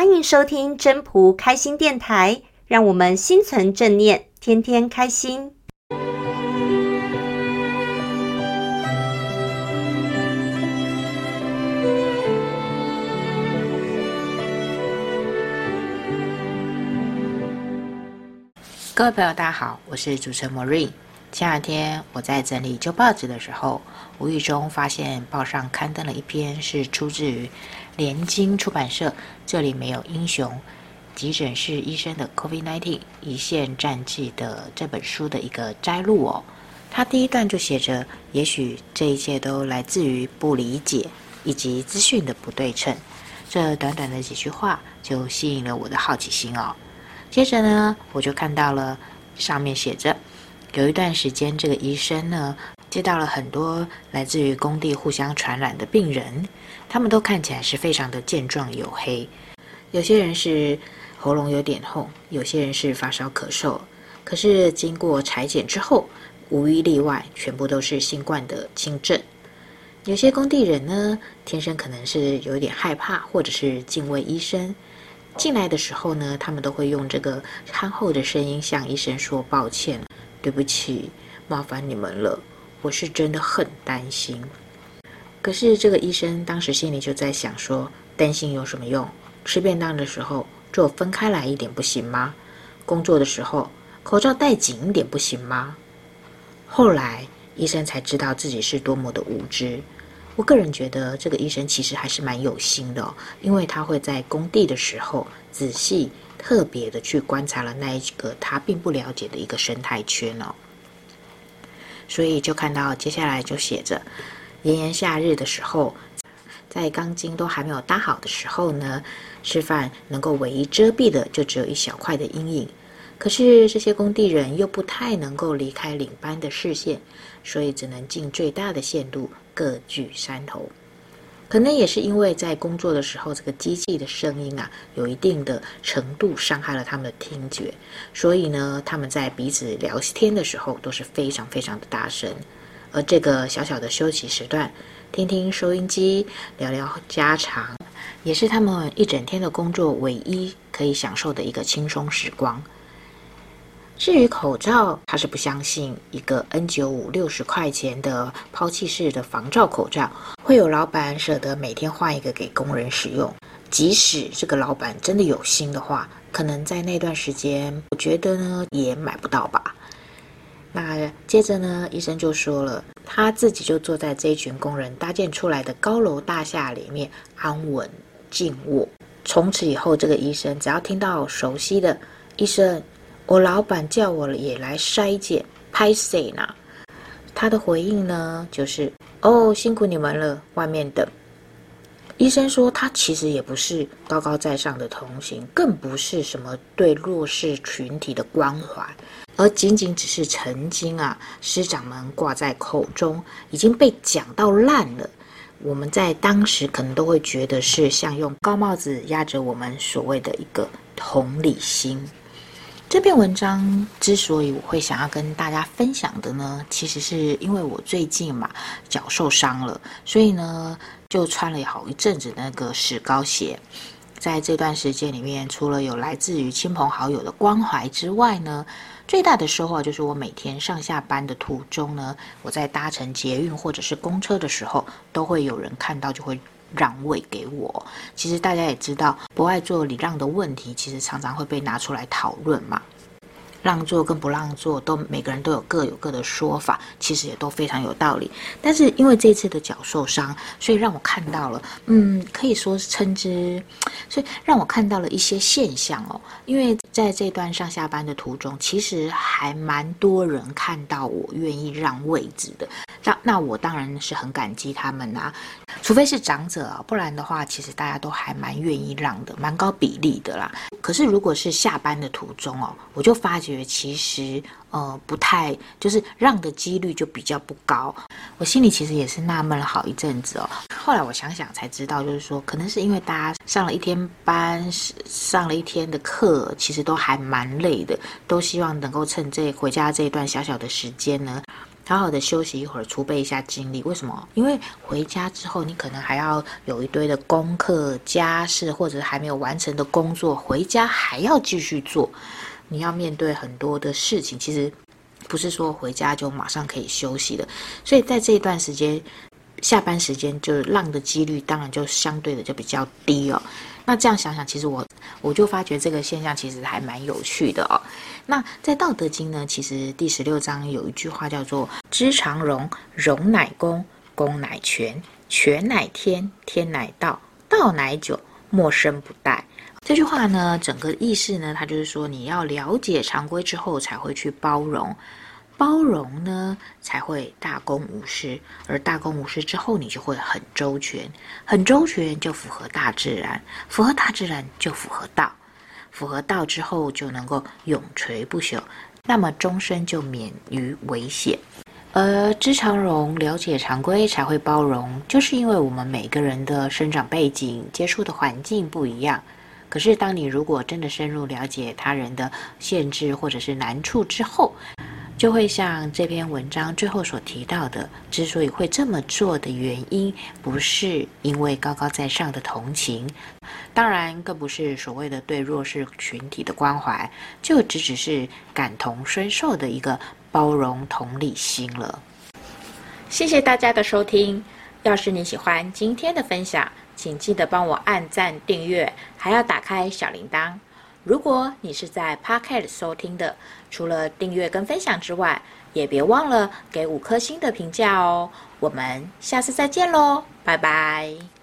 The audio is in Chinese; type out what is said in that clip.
欢迎收听真仆开心电台，让我们心存正念，天天开心。 各位朋友大家好，我是主持人 Maureen。前两天我在整理旧报纸的时候，无意中发现报上刊登了一篇是出自于联经出版社这里没有英雄急诊室医生的 COVID-19 一线战绩的这本书的一个摘录哦。它第一段就写着，也许这一切都来自于不理解以及资讯的不对称。这短短的几句话就吸引了我的好奇心哦。接着呢，我就看到了上面写着，有一段时间这个医生呢接到了很多来自于工地互相传染的病人，他们都看起来是非常的健壮黝黑，有些人是喉咙有点痛，有些人是发烧咳嗽，可是经过采检之后，无一例外全部都是新冠的轻症。有些工地人呢，天生可能是有点害怕或者是敬畏医生，进来的时候呢，他们都会用这个憨厚的声音向医生说抱歉，对不起，麻烦你们了，我是真的很担心。可是这个医生当时心里就在想说，担心有什么用？吃便当的时候就分开来一点不行吗？工作的时候口罩戴紧一点不行吗？后来医生才知道自己是多么的无知。我个人觉得这个医生其实还是蛮有心的哦，因为他会在工地的时候仔细特别的去观察了那一个他并不了解的一个生态圈哦。所以就看到接下来就写着，炎炎夏日的时候，在钢筋都还没有搭好的时候呢，吃饭能够唯一遮蔽的就只有一小块的阴影。可是这些工地人又不太能够离开领班的视线，所以只能尽最大的限度各据山头。可能也是因为在工作的时候，这个机器的声音有一定的程度伤害了他们的听觉，所以呢，他们在彼此聊天的时候都是非常非常的大声。而这个小小的休息时段，听听收音机，聊聊家常，也是他们一整天的工作唯一可以享受的一个轻松时光。至于口罩，他是不相信一个 N95 60块钱的抛弃式的防罩口罩会有老板舍得每天换一个给工人使用。即使这个老板真的有心的话，可能在那段时间我觉得呢也买不到吧。那接着呢，医生就说了，他自己就坐在这一群工人搭建出来的高楼大厦里面安稳静卧。从此以后，这个医生只要听到熟悉的医生，我老板叫我也来筛检，拍谁呢？他的回应呢，就是辛苦你们了，外面等。医生说，他其实也不是高高在上的同情，更不是什么对弱势群体的关怀，而仅仅只是曾经师长们挂在口中，已经被讲到烂了。我们在当时可能都会觉得是像用高帽子压着我们所谓的一个同理心。这篇文章之所以我会想要跟大家分享的呢，其实是因为我最近脚受伤了，所以呢就穿了好一阵子那个石膏鞋。在这段时间里面，除了有来自于亲朋好友的关怀之外呢，最大的收获就是我每天上下班的途中呢，我在搭乘捷运或者是公车的时候，都会有人看到就会让位给我。其实大家也知道，不爱做礼让的问题，其实常常会被拿出来讨论嘛。让座跟不让座都每个人都有各的说法，其实也都非常有道理。但是因为这次的脚受伤，所以让我看到了，可以说是所以让我看到了一些现象哦。因为在这段上下班的途中，其实还蛮多人看到我愿意让位置的。那我当然是很感激他们除非是长者不然的话，其实大家都还蛮愿意让的，蛮高比例的啦。可是如果是下班的途中我就发觉其实不太，就是让的几率就比较不高。我心里其实也是纳闷了好一阵子后来我想想才知道，就是说可能是因为大家上了一天班，上了一天的课，其实都还蛮累的，都希望能够趁回家这一段小小的时间呢， 好好的休息一会儿，储备一下精力。为什么？因为回家之后，你可能还要有一堆的功课、家事，或者还没有完成的工作，回家还要继续做。你要面对很多的事情，其实不是说回家就马上可以休息的。所以在这一段时间，下班时间就是浪的几率当然就相对的就比较低哦。那这样想想，其实我就发觉这个现象其实还蛮有趣的哦。那在《道德经》呢，其实第16章有一句话叫做“知常容，容乃公，公乃全，全乃天，天乃道，道乃久，莫生不殆”。这句话呢，整个意思呢，它就是说你要了解常规之后才会去包容。包容呢，才会大公无私，而大公无私之后，你就会很周全，很周全就符合大自然，符合大自然就符合道，符合道之后就能够永垂不朽，那么终身就免于危险。而知常容，了解常规才会包容，就是因为我们每个人的生长背景、接触的环境不一样。可是当你如果真的深入了解他人的限制或者是难处之后，就会像这篇文章最后所提到的，之所以会这么做的原因，不是因为高高在上的同情，当然更不是所谓的对弱势群体的关怀，就只是感同身受的一个包容同理心了。谢谢大家的收听，要是你喜欢今天的分享，请记得帮我按赞订阅，还要打开小铃铛。如果你是在 Podcast 收听的，除了订阅跟分享之外，也别忘了给5颗星的评价哦。我们下次再见喽，拜拜。